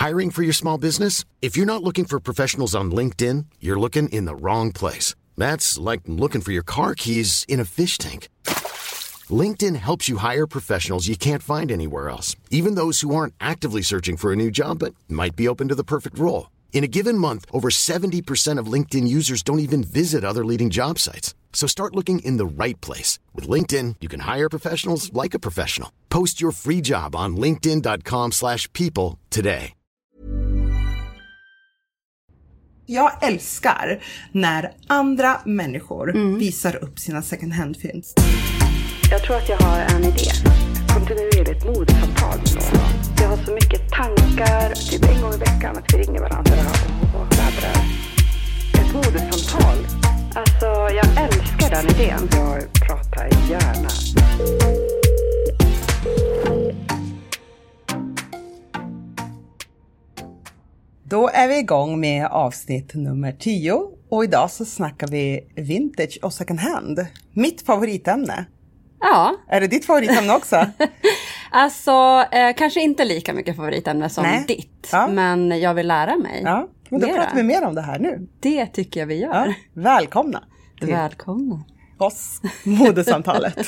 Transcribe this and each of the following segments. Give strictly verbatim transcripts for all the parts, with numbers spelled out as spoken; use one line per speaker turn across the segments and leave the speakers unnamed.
Hiring for your small business? If you're not looking for professionals on LinkedIn, you're looking in the wrong place. That's like looking for your car keys in a fish tank. LinkedIn helps you hire professionals you can't find anywhere else, even those who aren't actively searching for a new job but might be open to the perfect role. In a given month, over seventy percent of LinkedIn users don't even visit other leading job sites. So start looking in the right place. With LinkedIn, you can hire professionals like a professional. Post your free job on linkedin dot com slash people today.
Jag älskar när andra människor mm. visar upp sina second hand-finns.
Jag tror att jag har en idé. Kontinuerligt modesamtal med någon. Jag har så mycket tankar, typ en gång i veckan, att vi ringer varandra och laddrar. Ett modesamtal. Alltså, jag älskar den idén. Jag pratar gärna.
Då är vi igång med avsnitt nummer tio. Och idag så snackar vi vintage och second hand. Mitt favoritämne.
Ja.
Är det ditt favoritämne också?
Alltså, eh, kanske inte lika mycket favoritämne som
Nej.
ditt.
Ja.
Men jag vill lära mig.
Ja, men då
mera.
pratar vi mer om det här nu.
Det tycker jag vi gör.
Ja. Välkomna till
Välkomna.
oss, modesamtalet.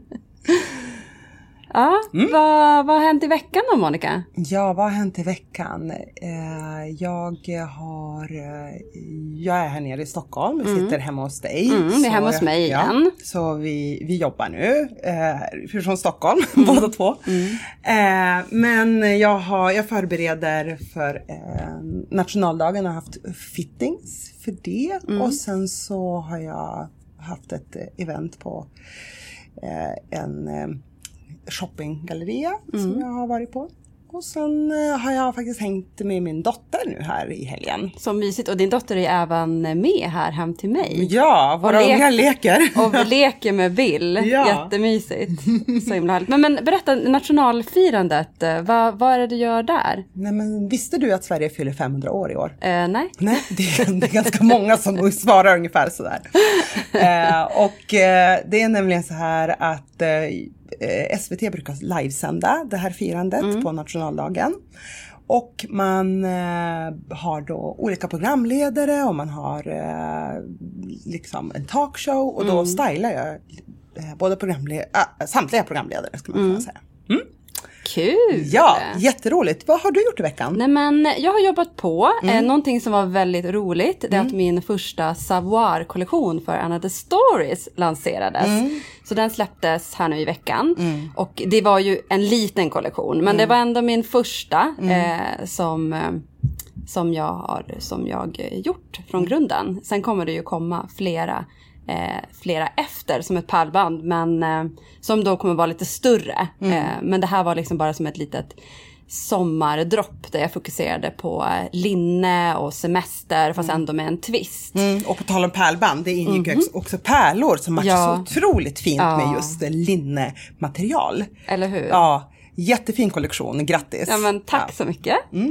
Ja, mm. vad, vad har hänt i veckan då, Monica?
Ja, vad har hänt i veckan? Eh, jag har... Eh, jag är här nere i Stockholm. Vi mm. sitter hemma hos dig.
Mm, vi är hemma hos mig igen.
Ja, så vi, vi jobbar nu. Eh, från Stockholm, mm. båda två. Mm. Eh, men jag, har, jag förbereder för eh, nationaldagen och har haft fittings för det. Mm. Och sen så har jag haft ett event på eh, en... Eh, shoppinggalleria mm. som jag har varit på. Och sen uh, har jag faktiskt hängt med min dotter nu här i helgen. Så
mysigt. Och din dotter är även med här hem till mig.
Ja, våra
och
unga leker.
Och vi leker med Bill. Ja. Jättemysigt. Så himla härligt. Men, men berätta, nationalfirandet. Vad, vad är det du gör där?
Nej, men visste du att Sverige fyller femhundra år i år?
Uh, nej.
Nej, det är, det är ganska många som svarar ungefär sådär. uh, och uh, det är nämligen så här att... Uh, S V T brukar livesända det här firandet mm. på nationaldagen. Och man eh, har då olika programledare och man har eh, liksom en talkshow. Och då mm. stylar jag eh, både programled- äh, samtliga programledare, ska man kunna mm. säga. Mm.
Kul!
Ja, jätteroligt. Vad har du gjort i veckan?
Nej, men jag har jobbat på. Mm. Eh, någonting som var väldigt roligt. Det är
mm.
att min första Savoir-kollektion för Another Stories lanserades. Mm. Så den släpptes här nu i veckan. Mm. Och det var ju en liten kollektion. Men mm. det var ändå min första mm. eh, som, eh, som, jag har, som jag gjort från grunden. Sen kommer det ju komma flera Eh, flera efter som ett pärlband, men eh, som då kommer vara lite större. Mm. Eh, men det här var liksom bara som ett litet sommardropp där jag fokuserade på eh, linne och semester, fast mm. ändå med en twist.
Mm. Och på tal om pärlband, det ingick mm. också pärlor som matchar ja. så otroligt fint ja. med just linnematerial.
Eller hur?
Ja, jättefin kollektion, grattis.
Ja, men tack ja. så mycket.
Mm.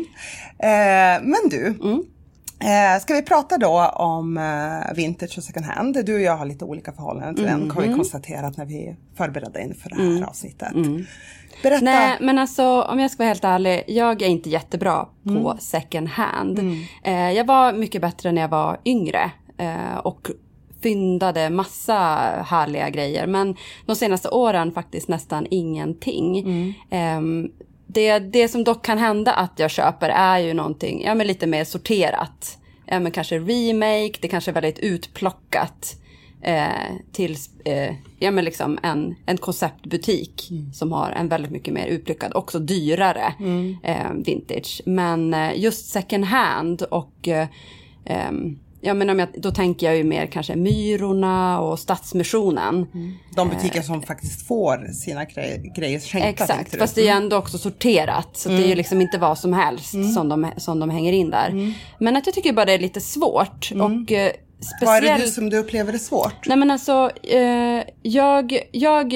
Eh, men du... Mm. Eh, ska vi prata då om eh, vintage och second hand? Du och jag har lite olika förhållanden till mm, den. Har vi
mm.
konstaterat när vi förberedde inför det här
mm,
avsnittet.
Mm.
Berätta.
Nej, men alltså om jag ska vara helt ärlig. Jag är inte jättebra på
mm.
second hand.
Mm.
Eh, jag var mycket bättre när jag var yngre. Eh, och fyndade massa härliga grejer. Men de senaste åren faktiskt nästan ingenting. Mm. Eh, Det, det som dock kan hända att jag köper är ju någonting ja, men lite mer sorterat. Ja, men kanske remake, det kanske är väldigt utplockat eh, till eh, ja, men liksom en, en konceptbutik mm. som har en väldigt mycket mer utplockad, också dyrare mm. eh, vintage. Men eh, just second hand och... Eh, eh, Ja, men om jag, då tänker jag ju mer kanske Myrorna och Stadsmissionen.
Mm. De butiker som faktiskt får sina gre- grejer skänkta.
Exakt, fast det är ändå också sorterat. Så mm. det är ju liksom inte vad som helst mm. som, de, som de hänger in där. Mm. Men att jag tycker bara det är lite svårt. Mm. Och eh, speciellt...
Vad är det som du upplever det svårt?
Nej, men alltså, eh, jag, jag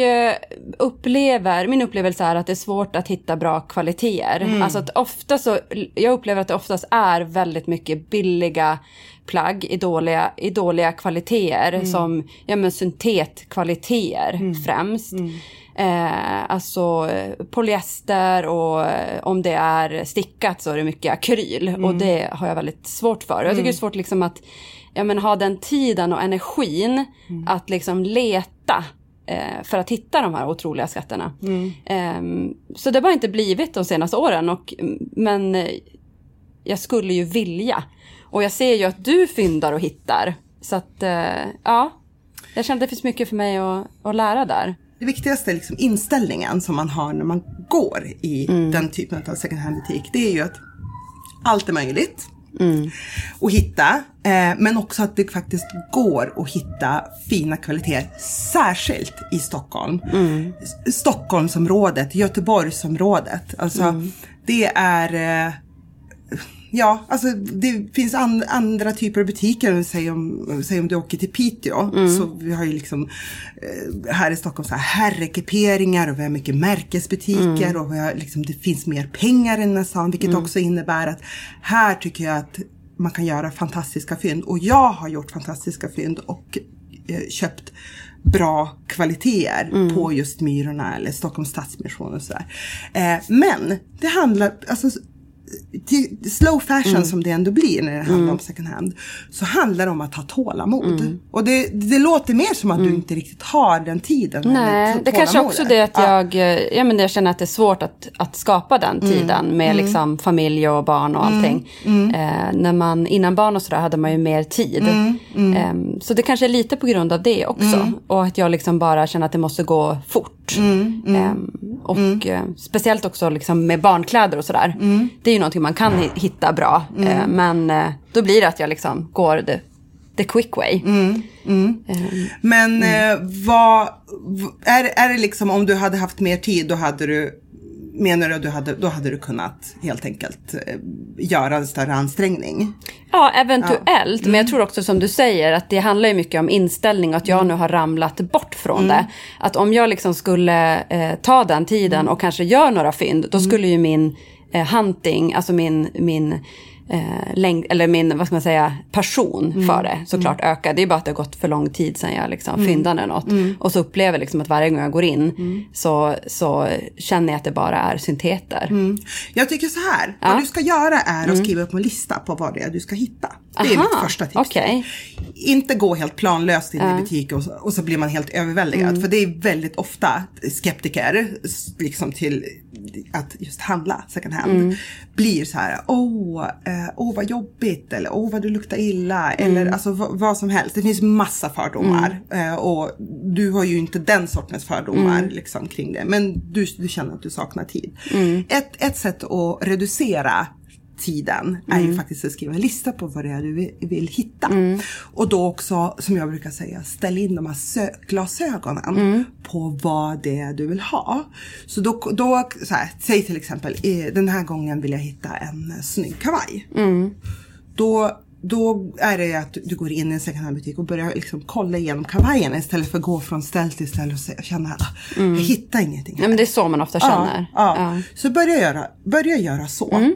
upplever, min upplevelse är att det är svårt att hitta bra kvaliteter. Mm. Alltså att ofta så, jag upplever att det oftast är väldigt mycket billiga plagg i dåliga, i dåliga kvaliteter mm. som ja, men syntetkvaliteter mm. främst. Mm. Eh, alltså polyester och om det är stickat så är det mycket akryl. Mm. Och det har jag väldigt svårt för. Jag tycker mm. det är svårt liksom att ja, men, ha den tiden och energin mm. att liksom leta eh, för att hitta de här otroliga skatterna. Mm. Eh, så det har bara inte blivit de senaste åren. Och, men eh, jag skulle ju vilja. Och jag ser ju att du fyndar och hittar. Så att eh, ja, jag känner att det finns mycket för mig att, att lära där.
Det viktigaste liksom inställningen som man har när man går i mm. den typen av second hand butik, det är ju att allt är möjligt mm. att hitta. Eh, men också att det faktiskt går att hitta fina kvaliteter, särskilt i Stockholm. Mm. Stockholmsområdet, Göteborgsområdet. Alltså mm. det är... Eh, Ja, alltså det finns and, andra typer av butiker. Säg om, säg om du åker till Piteå. Mm. Så vi har ju liksom eh, här i Stockholm så här herrekiperingar och vi har mycket märkesbutiker mm. och vi har liksom, det finns mer pengar än nästan. Vilket mm. också innebär att här tycker jag att man kan göra fantastiska fynd. Och jag har gjort fantastiska fynd och eh, köpt bra kvaliteter mm. på just Myrorna eller Stockholms Stadsmission och sådär. Eh, men det handlar... alltså till slow fashion mm. som det ändå blir när det handlar mm. om second hand, så handlar det om att ha tålamod. Mm. Och det, det låter mer som att mm. du inte riktigt har den tiden.
Nej, det kanske också det att jag, ja. Ja, men jag känner att det är svårt att, att skapa den tiden mm. med mm. liksom familj och barn och allting. Mm. Eh, när man, innan barn och sådär hade man ju mer tid. Mm. Mm. Eh, så det kanske är lite på grund av det också. Mm. Och att jag liksom bara känner att det måste gå fort. Mm. Mm. Eh, och mm. eh, speciellt också liksom med barnkläder och sådär. Mm. Det är ju någonting man kan hitta bra. Mm. Eh, men eh, då blir det att jag liksom går the, the quick way. Mm. Mm. Eh,
men mm. Eh, vad, är, är det liksom om du hade haft mer tid, då hade du, menar du att du hade, då hade du kunnat helt enkelt eh, göra en större ansträngning?
Ja, eventuellt. Ja. Mm. Men jag tror också som du säger att det handlar ju mycket om inställning och att jag nu har ramlat bort från mm. det. Att om jag liksom skulle eh, ta den tiden mm. och kanske gör några fynd, då skulle ju min eh, hunting, alltså min, min eh, längd, eller min, vad ska man säga, passion mm. för det såklart mm. ökar. Det är bara att det har gått för lång tid sedan jag liksom mm. fyndade något. Mm. Och så upplever jag liksom att varje gång jag går in mm. så, så känner jag att det bara är synteter. Mm.
Jag tycker så här, ja. Vad du ska göra är mm. att skriva upp en lista på vad det är du ska hitta. Det är Aha, mitt första tips.
Okay.
Inte gå helt planlöst in ja. i butiken och så, och så blir man helt överväldigad. Mm. För det är väldigt ofta skeptiker liksom till att just handla second hand. Mm. Blir så här, åh, eh, åh vad jobbigt. Eller åh vad du luktar illa. Mm. Eller alltså v- vad som helst. Det finns massa fördomar. Mm. Eh, och du har ju inte den sortens fördomar mm. liksom, kring det. Men du, du känner att du saknar tid. Mm. Ett, ett sätt att reducera tiden är mm. ju faktiskt att skriva en lista på vad det är du vill, vill hitta. Mm. Och då också, som jag brukar säga, ställ in de här sö- glasögonen mm. på vad det är du vill ha. Så då, då så här, säg till exempel, den här gången vill jag hitta en snygg kavaj. Mm. Då Då är det att du går in i en second hand butik och börjar liksom kolla igenom kavajerna istället för att gå från ställ till ställ och känna att mm. jag hittar ingenting här.
Ja, men det är så man ofta känner.
Ja, ja. Ja. Så börja göra, börja göra så. Mm.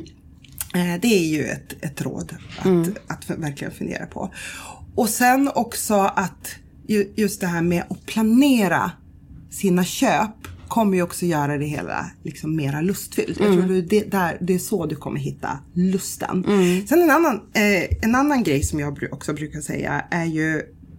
Det är ju ett, ett råd att, mm. att verkligen fundera på. Och sen också att just det här med att planera sina köp kommer ju också göra det hela liksom mera lustfyllt. Mm. Jag tror det, där, det är så du kommer hitta lusten. Mm. Sen en annan, eh, en annan grej som jag också brukar säga är ju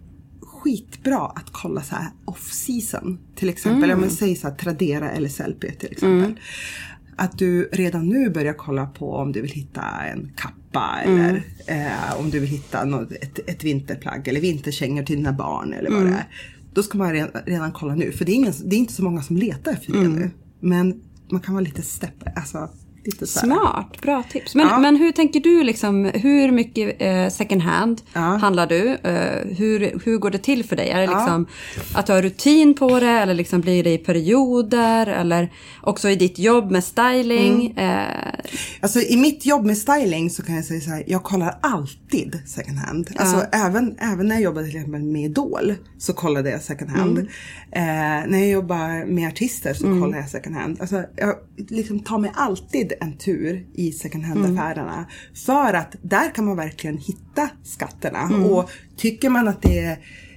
skitbra att kolla så här off-season. Till exempel, mm. om man säger så här Tradera eller Sellpy till exempel. Mm. Att du redan nu börjar kolla på om du vill hitta en kappa mm. eller eh, om du vill hitta något, ett, ett vinterplagg eller vinterkängor till dina barn eller vad mm. det är. Då ska man redan, redan kolla nu. För det är, ingen, det är inte så många som letar efter det mm. nu. Men man kan vara lite stepp, alltså lite så här.
Smart, bra tips. Men, ja. men hur tänker du liksom, hur mycket eh, second hand ja. handlar du? Eh, hur, hur går det till för dig? Är det liksom ja. att du har rutin på det? Eller liksom blir det i perioder? Eller också i ditt jobb med styling? Mm. Eh.
Alltså i mitt jobb med styling så kan jag säga så här, jag kollar alltid second hand. Alltså ja. även, även när jag jobbar till exempel med Idol så kollade jag second hand. Mm. Eh, när jag jobbar med artister så mm. kollar jag second hand. Alltså jag liksom tar mig alltid en tur i second hand-affärerna. Mm. För att där kan man verkligen hitta skatterna. Mm. Och tycker man att det är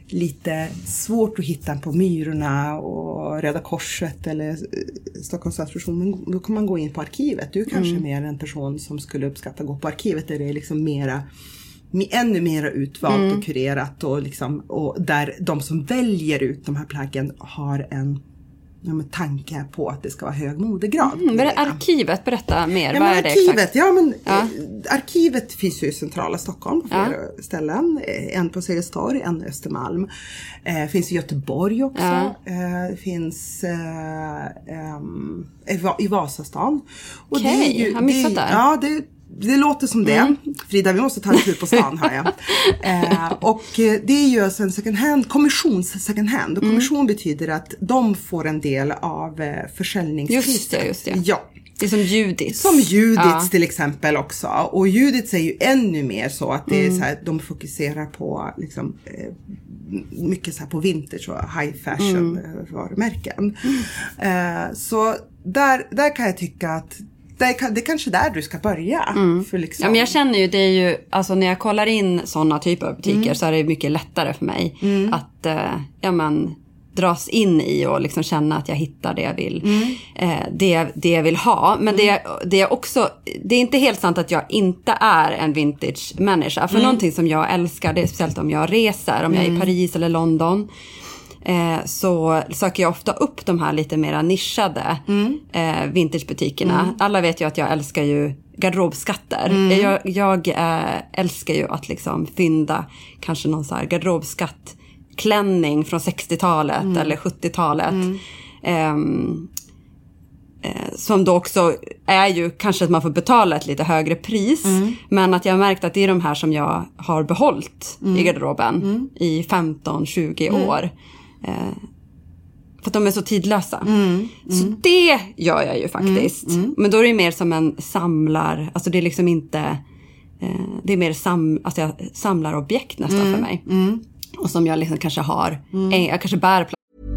lite svårt att hitta på Myrorna och Röda Korset eller Stockholms stadsmission, men då kan man gå in på arkivet. Du är kanske mm. mer en person som skulle uppskatta att gå på arkivet där det är liksom mera, ännu mer utvalt mm. och kurerat och, liksom, och där de som väljer ut de här plaggen har en ja, med tanke på att det ska vara hög modegrad.
Mm, är arkivet, berätta mer.
Ja,
vad är det
arkivet,
exakt?
ja, men,
ja.
Eh, arkivet finns ju i centrala Stockholm på flera ja. ställen. En på Sergelstorg, en i Östermalm. Eh, finns i Göteborg också. Ja. Eh, finns eh, um, i Vasastan.
Okej, okay, har missat det.
Ja, det Det låter som det. Mm. Frida, vi måste ta en tur på stan, hör jag. Eh, och det är ju alltså en second hand, kommissions second hand. Och kommission mm. betyder att de får en del av eh, försäljningspriset.
Just det, just det.
Ja.
Det är som Judits.
Som Judits ja. till exempel också. Och Judits är ju ännu mer så att det är mm. så här, de fokuserar på liksom, eh, mycket så här på vintage och high fashion mm. varumärken. Mm. Eh, så där, där kan jag tycka att Det är, det är kanske där du ska börja. Mm. För liksom.
Ja, men jag känner ju, det är ju, alltså när jag kollar in sådana typer av butiker mm. så är det mycket lättare för mig mm. att eh, ja, men, dras in i och liksom känna att jag hittar det jag vill, mm. eh, det, det jag vill ha. Men mm. det, det är också, det är inte helt sant att jag inte är en vintage-människa. För mm. någonting som jag älskar, det är speciellt om jag reser, om jag är i Paris eller London. Eh, så söker jag ofta upp de här lite mer nischade mm. eh, vintagebutikerna. Mm. Alla vet ju att jag älskar ju garderobskatter. Mm. Jag, jag eh, älskar ju att liksom fynda kanske någon så här garderobskattklänning från sextiotalet mm. eller sjuttiotalet. Mm. Eh, eh, som då också är ju kanske att man får betala ett lite högre pris. Mm. Men att jag har märkt att det är de här som jag har behållit mm. i garderoben mm. i femton tjugo mm. år. Eh, för att de är så tidlösa. Mm, mm. Så det gör jag ju faktiskt. Mm, mm. Men då är det mer som en samlar. Alltså det är liksom inte. Eh, det är mer sam, alltså jag samlar objekt nästan mm, för mig. Mm. Och som jag liksom kanske har. Mm. En, jag kanske bär.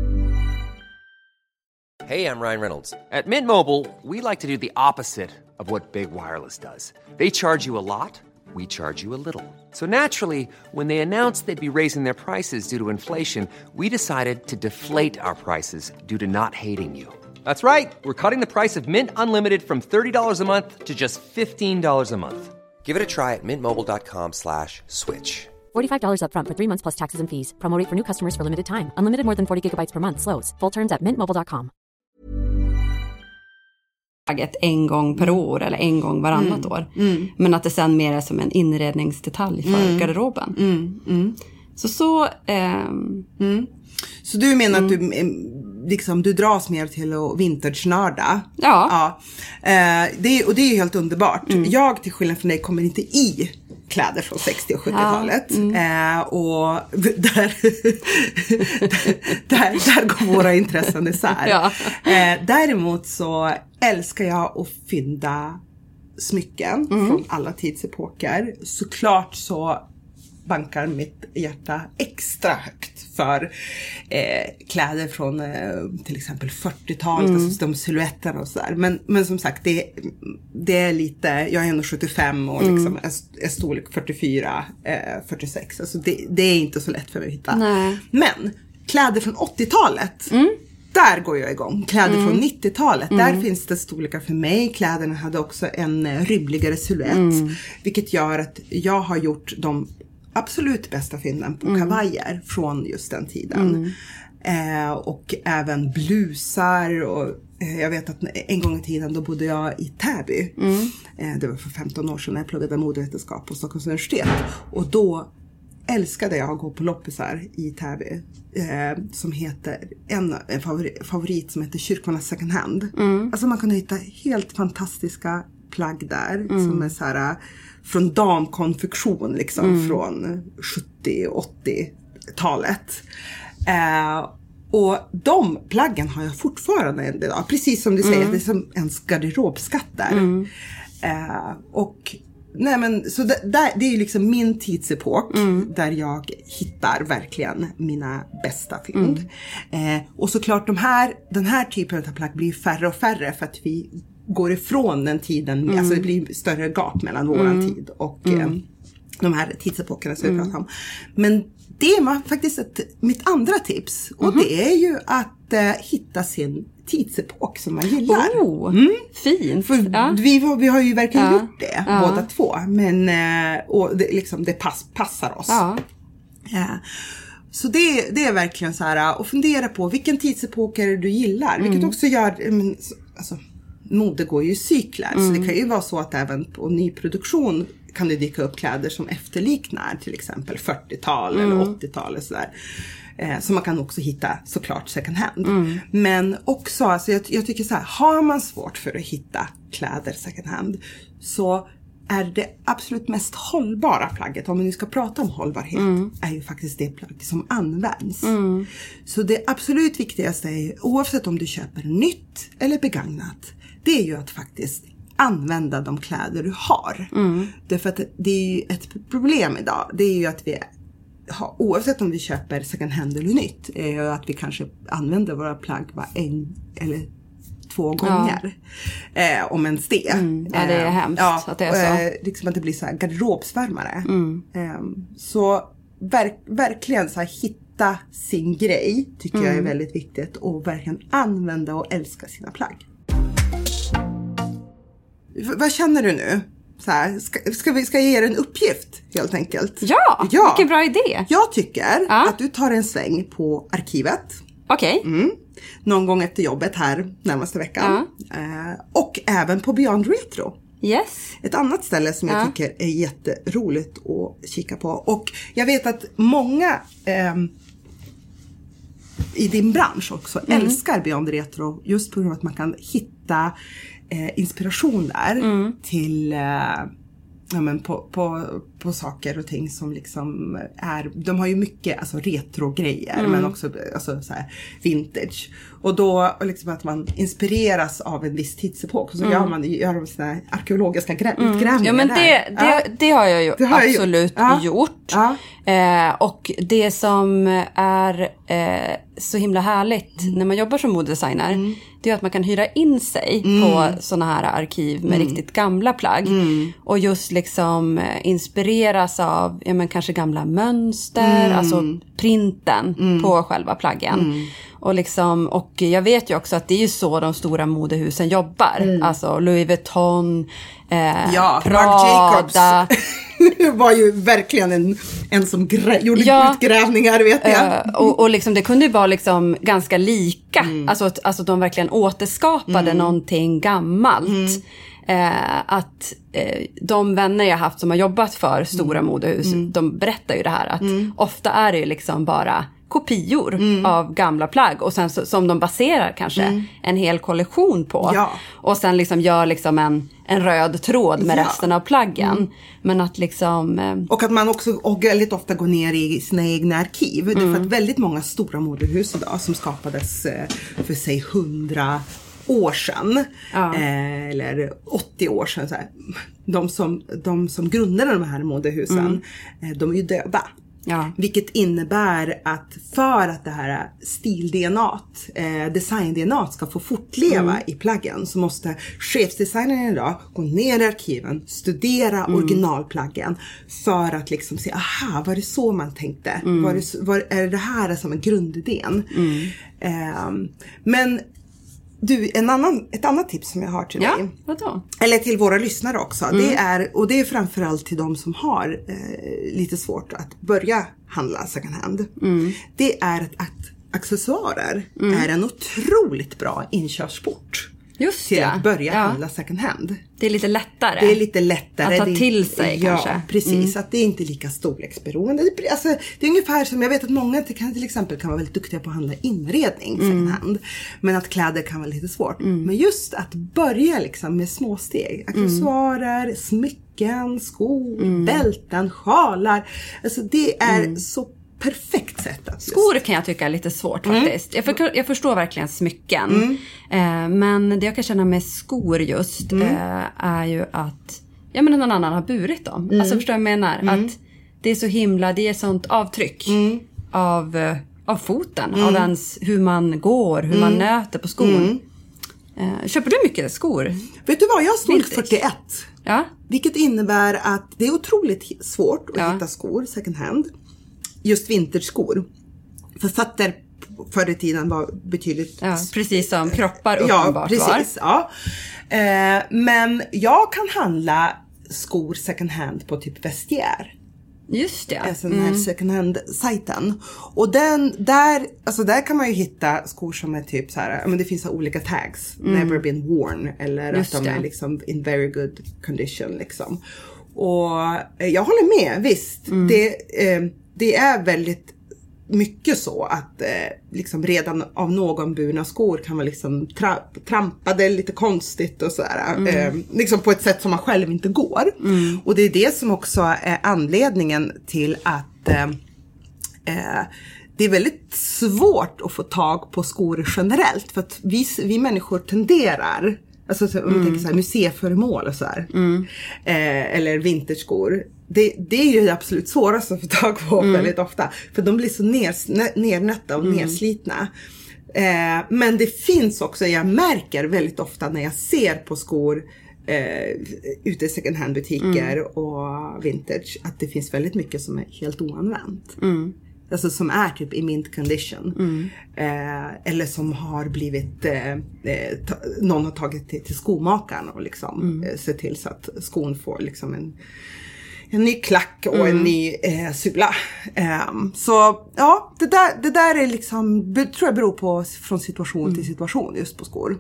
Hey, I'm Ryan Reynolds. At Mint Mobile, we like to do the opposite of what Big Wireless does. They charge you a lot. We charge you a little. So naturally, when they announced they'd be raising their prices due to inflation, we decided to deflate our prices due to not hating you. That's right. We're cutting the price of Mint Unlimited from thirty dollars a month to just fifteen dollars a month. Give it a try at mintmobile.com slash switch.
forty-five dollars up front for three months plus taxes and fees. Promo rate for new customers for limited time. Unlimited more than forty gigabytes per month. Slows full terms at mint mobile dot com.
En gång per år eller en gång varannat mm. år. Mm. Men att det sen mer är som en inredningsdetalj för mm. garderoben. Mm. Mm. Så så... Ähm...
Mm. Så du menar mm. att du, liksom, du dras mer till att vintage-nörda?
Ja.
ja. Eh, det, och det är ju helt underbart. Mm. Jag till skillnad från dig kommer inte i kläder från sextio- och sjuttiotalet. Ja. Mm. Eh, och där, där, där går våra intressen isär. Ja. Eh, däremot så älskar jag att fynda smycken mm. från alla tidsepoker. Såklart så bankar mitt hjärta extra högt för eh, kläder från eh, till exempel fyrtiotalet, mm. alltså de silhuetterna och sådär. Men, men som sagt, det, det är lite, jag är ändå sjuttiofem och mm. liksom är, är storlek fyrtiofyra, eh, fyrtiosex. Alltså det, det är inte så lätt för mig att hitta.
Nej.
Men kläder från åttiotalet, mm. där går jag igång. Kläder mm. från nittiotalet, mm. där finns det storlekar för mig. Kläderna hade också en rymligare silhuett. Mm. Vilket gör att jag har gjort de absolut bästa fynden på mm. kavajer från just den tiden. Mm. Eh, och även blusar. Och eh, jag vet att en gång i tiden då bodde jag i Täby. Mm. Eh, det var för femton år sedan när jag pluggade modevetenskap på Stockholms universitet. Och då älskade jag att gå på loppisar i Täby. Eh, som heter, en, en favorit, favorit som heter Kyrkornas second hand. Mm. Alltså man kunde hitta helt fantastiska plagg där. Mm. Som är så här från damkonfektion liksom mm. från sjuttio- och åttiotalet. Eh, och de plaggen har jag fortfarande idag. Precis som du säger, mm. det är som en garderobskatt där. Mm. Eh, och nej men, så det, där, det är ju liksom min tidsepok mm. där jag hittar verkligen mina bästa fynd. Mm. Eh, och såklart de här, den här typen av plagg blir färre och färre för att vi går ifrån den tiden, mm. alltså det blir större gap mellan våran mm. tid och mm. eh, de här tidsepokerna som vi mm. pratar om. Men det var faktiskt ett, mitt andra tips. Och mm-hmm. det är ju att eh, hitta sin tidsepok som man gillar.
Oh, mm. fint.
För
ja.
vi, vi har ju verkligen
ja.
gjort det, ja. båda två. Men eh, och det, liksom, det pass, passar oss.
Ja.
Ja. Så det, det är verkligen så här att fundera på vilken tidsepok är det du gillar. Mm. Vilket också gör, men, alltså, mode går ju i cykler. Mm. Så det kan ju vara så att även på nyproduktion kan det dyka upp kläder som efterliknar till exempel fyrtiotal mm. eller åttiotal och sådär. Eh, så man kan också hitta såklart second hand. Mm. Men också, alltså jag, jag tycker så här, har man svårt för att hitta kläder second hand så är det absolut mest hållbara plagget, om vi nu ska prata om hållbarhet, mm. är ju faktiskt det plagg som används. Mm. Så det absolut viktigaste är, oavsett om du köper nytt eller begagnat, det är ju att faktiskt använda de kläder du har. Mm. Därför att det är ju ett problem idag. Det är ju att vi har, oavsett om vi köper second hand eller nytt, är ju att vi kanske använder våra plagg bara en eller två gånger. Ja. Eh, om ens det.
Mm. Ja, det är hemskt
ja,
att det är så.
Eh, liksom att det blir så här garderobsvärmare. Mm. Eh, så verk, verkligen så här hitta sin grej tycker mm. jag är väldigt viktigt. Och verkligen använda och älska sina plagg. V- vad känner du nu? Så här, ska, ska, vi, ska jag ge er en uppgift helt enkelt?
Ja, ja. Vilken bra idé.
Jag tycker
ja.
att du tar en sväng på arkivet.
Okej. Okay.
Mm. Någon gång efter jobbet här närmaste veckan. Ja. Eh, och även på Beyond Retro.
Yes.
Ett annat ställe som jag ja. tycker är jätteroligt att kika på. Och jag vet att många eh, i din bransch också mm. älskar Beyond Retro. Just på grund av att man kan hitta eh, inspiration där mm. till... Eh, Ja, men på, på, på saker och ting som liksom är, de har ju mycket alltså retro-grejer mm. men också alltså, så här, vintage. Och då liksom att man inspireras av en viss tidsepok så mm. gör man gör de såna här arkeologiska grä- mm. utgrävningar.
Ja men det, det, ja. det har jag ju har absolut jag gjort. gjort.
Ja.
Eh, och det som är eh, så himla härligt mm. när man jobbar som modedesigner mm. det är att man kan hyra in sig mm. på såna här arkiv med mm. riktigt gamla plagg mm. och just liksom inspireras av ja, men kanske gamla mönster, mm. alltså printen mm. på själva plaggen. Mm. Och, liksom, och jag vet ju också att det är ju så de stora modehusen jobbar. Mm. Alltså Louis Vuitton, eh,
ja,
Prada.
var ju verkligen en, en som grä, gjorde ja, utgrävningar, vet jag.
Uh, och och liksom, det kunde ju vara liksom ganska lika. Mm. Alltså, alltså de verkligen återskapade mm. någonting gammalt. Mm. Eh, att eh, de vänner jag haft som har jobbat för stora mm. modehus, mm. de berättar ju det här. Att mm. ofta är det ju liksom bara kopior mm. av gamla plagg. Och sen så, som de baserar kanske mm. en hel kollektion på. Ja. Och sen liksom gör liksom en, en röd tråd med ja. resten av plaggen. Mm. Men att liksom... Eh...
Och att man också och väldigt ofta går ner i sina egna arkiv. Mm. Därför att väldigt många stora modehus idag som skapades eh, för sig hundra år sedan. Ja. Eh, eller åttio år sedan. Så här. De, som, de som grundade de här modehusen, mm. eh, de är ju döda. Ja. Vilket innebär att för att det här stil-D N A, eh, design-D N A ska få fortleva mm. i plaggen så måste chefsdesignern idag gå ner i arkiven, studera mm. originalplaggen för att liksom se, aha, var det så man tänkte? Mm. Var det, var, är det här som är grundidén? Mm. Eh, men du, en annan, ett annat tips som jag har till
ja,
dig.
Vadå?
Eller till våra lyssnare också. Mm. Det är, och det är framförallt till de som har eh, lite svårt att börja handla second hand. Mm. Det är att, att accessoarer mm. är en otroligt bra inkörsport.
Just
till
det.
att börja
ja.
handla second hand.
Det är lite lättare.
Det är lite lättare.
Att ta till sig
ja,
kanske.
Ja, precis. Mm. Att det är inte lika storleksberoende. Det, alltså, det är ungefär som, jag vet att många kan, till exempel kan vara väldigt duktiga på att handla inredning second mm. hand. Men att kläder kan vara lite svårt. Mm. Men just att börja liksom med små steg. Accessoarer, mm. smycken, skor, mm. bälten, sjalar. Alltså det är mm. så perfekt sätt att
skor kan jag tycka är lite svårt faktiskt. Mm. Jag, för, jag förstår verkligen smycken. Mm. Eh, men det jag kan känna med skor just mm. eh, är ju att ja, men någon annan har burit dem. Mm. Alltså förstår jag menar? Mm. Att det är så himla, det är sånt avtryck mm. av, av foten. Mm. Av ens hur man går, hur mm. man nöter på skon. Mm. Eh, köper du mycket skor?
Vet du vad, jag har storlek
Vintage.
fyrtioett.
Ja.
Vilket innebär att det är otroligt svårt att
Ja.
hitta skor second hand. Just vintage-skor. För fötter förr i tiden var betydligt...
Ja, precis som kroppar
Ja,
uppenbart
precis.
var.
Ja. Eh, men jag kan handla skor second hand på typ Vestiaire.
Just det.
Alltså den här second hand-sajten. Och den, där, alltså där kan man ju hitta skor som är typ så här, men det finns så olika tags. Mm. Never been worn. Eller
Just
att de
det.
är liksom in very good condition liksom. Och jag håller med, visst. Mm. Det, eh, det är väldigt mycket så att eh, liksom redan av någon burna skor kan man liksom tra- trampade lite konstigt och sådär. Mm. Eh, liksom på ett sätt som man själv inte går. Mm. Och det är det som också är anledningen till att eh, eh, det är väldigt svårt att få tag på skor generellt. För att vi, vi människor tenderar, alltså om man mm. tänker så här, museiföremål och så här. Mm. Eh, eller vinterskor. Det, det är ju det absolut svåraste att få tag på mm. väldigt ofta. För de blir så ner, nernötta och mm. nerslitna. Eh, men det finns också, jag märker väldigt ofta när jag ser på skor eh, ute i second hand butiker mm. och vintage, att det finns väldigt mycket som är helt oanvänt. Mm. Alltså som är typ i mint condition. Mm. Eh, eller som har blivit, eh, ta, någon har tagit till, till skomakaren och liksom mm. eh, sett till så att skon får liksom en En ny klack och mm. en ny eh, sula. Um, så ja, det där, det där är liksom, be, tror jag beror på från situation mm. till situation just på skor.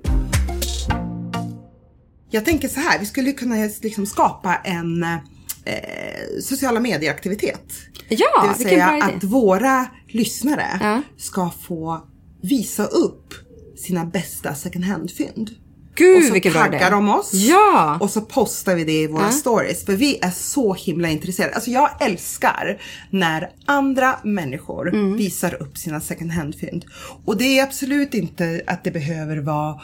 Jag tänker så här, vi skulle kunna liksom skapa en eh, sociala medieaktivitet.
Ja,
det vill säga att våra lyssnare ja. ska få visa upp sina bästa second hand-fynd.
Gud,
och så
vilken
taggar de oss.
Ja.
Och så postar vi det i våra ja. stories. För vi är så himla intresserade. Alltså jag älskar när andra människor mm. visar upp sina second hand-fynd. Och det är absolut inte att det behöver vara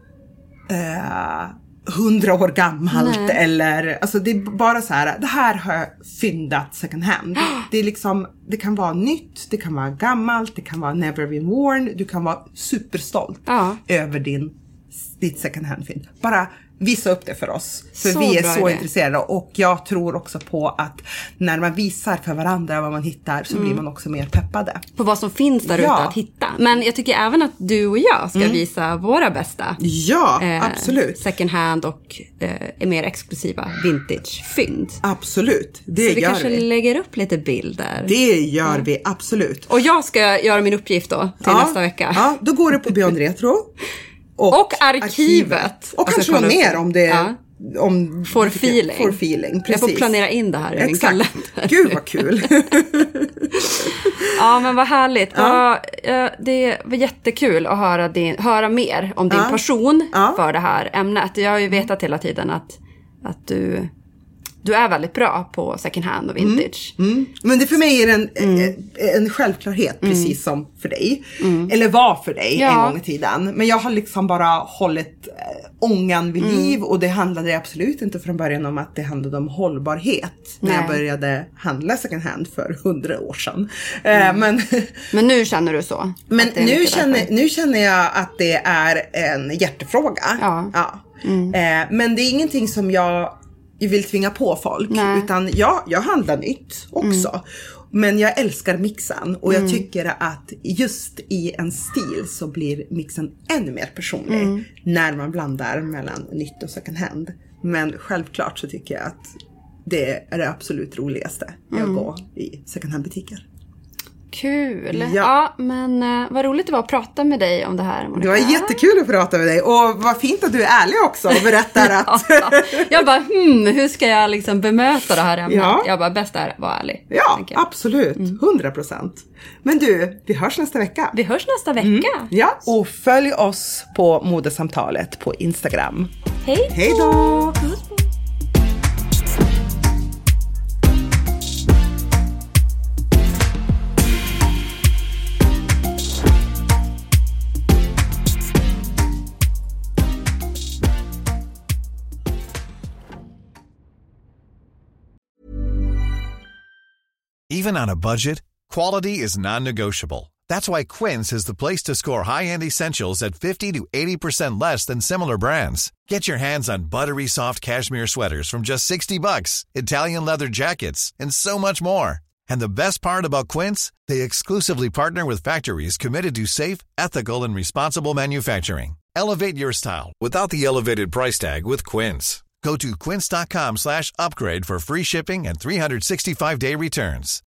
hundra eh, år gammalt. Nej. Eller, alltså det är bara så här, det här har jag fyndat second hand. Det är liksom, det kan vara nytt, det kan vara gammalt, det kan vara never been worn. Du kan vara superstolt ja. över din ditt second hand-fynd. Bara visa upp det för oss. För så vi är så idé. intresserade. Och jag tror också på att när man visar för varandra vad man hittar så mm. blir man också mer peppade.
På vad som finns där ute ja. att hitta. Men jag tycker även att du och jag ska mm. visa våra bästa.
Ja, eh, absolut.
Second hand och eh, mer exklusiva vintage-fynd.
Absolut, det
så vi
gör
kanske
vi.
lägger upp lite bilder.
Det gör ja. vi, absolut.
Och jag ska göra min uppgift då till
ja.
nästa vecka.
Ja, då går det på Beyond Retro.
Och, och arkivet. arkivet.
Och alltså, kanske var mer om det... Ja. Om
for feeling.
For feeling, precis.
Jag får planera in det här i min kalender.
Gud vad kul.
Ja, men vad härligt. Ja. Ja, det var jättekul att höra, din, höra mer om din ja. passion ja. för det här ämnet. Jag har ju vetat hela tiden att, att du... Du är väldigt bra på second hand och vintage.
Mm, mm. Men det för mig är en, mm. en självklarhet, precis mm. som för dig. Mm. Eller var för dig ja. en gång i tiden. Men jag har liksom bara hållit äh, ångan vid mm. liv. Och det handlade absolut inte från början om att det handlade om hållbarhet. Nej. När jag började handla second hand för hundra år sedan. Mm. Äh, men,
men nu känner du så?
Men nu känner, nu känner jag att det är en hjärtefråga. Ja. Ja. Mm. Äh, men det är ingenting som jag... Jag vill tvinga på folk. Nej. Utan ja, jag handlar nytt också. Mm. Men jag älskar mixen. Och jag mm. tycker att just i en stil så blir mixen ännu mer personlig. Mm. När man blandar mellan nytt och second hand. Men självklart så tycker jag att det är det absolut roligaste. Mm. Jag går i second hand butiker.
Kul. Ja. ja, men uh, vad roligt det var att prata med dig om det här, Monica.
Det var jättekul att prata med dig. Och vad fint att du är ärlig också och berättar att...
ja, jag bara, hmm, hur ska jag liksom bemöta det här ämnet? Ja. Jag bara, bäst är att vara ärlig.
Ja, absolut. Hundra procent. Men du, vi hörs nästa vecka.
Vi hörs nästa vecka. Mm.
Ja, och följ oss på Modesamtalet på Instagram.
Hej då.
Hej då.
Even on a budget, quality is non-negotiable. That's why Quince is the place to score high-end essentials at fifty to eighty percent less than similar brands. Get your hands on buttery soft cashmere sweaters from just sixty bucks, Italian leather jackets, and so much more. And the best part about Quince, they exclusively partner with factories committed to safe, ethical, and responsible manufacturing. Elevate your style without the elevated price tag with Quince. Go to quince.com slash upgrade for free shipping and three sixty-five day returns.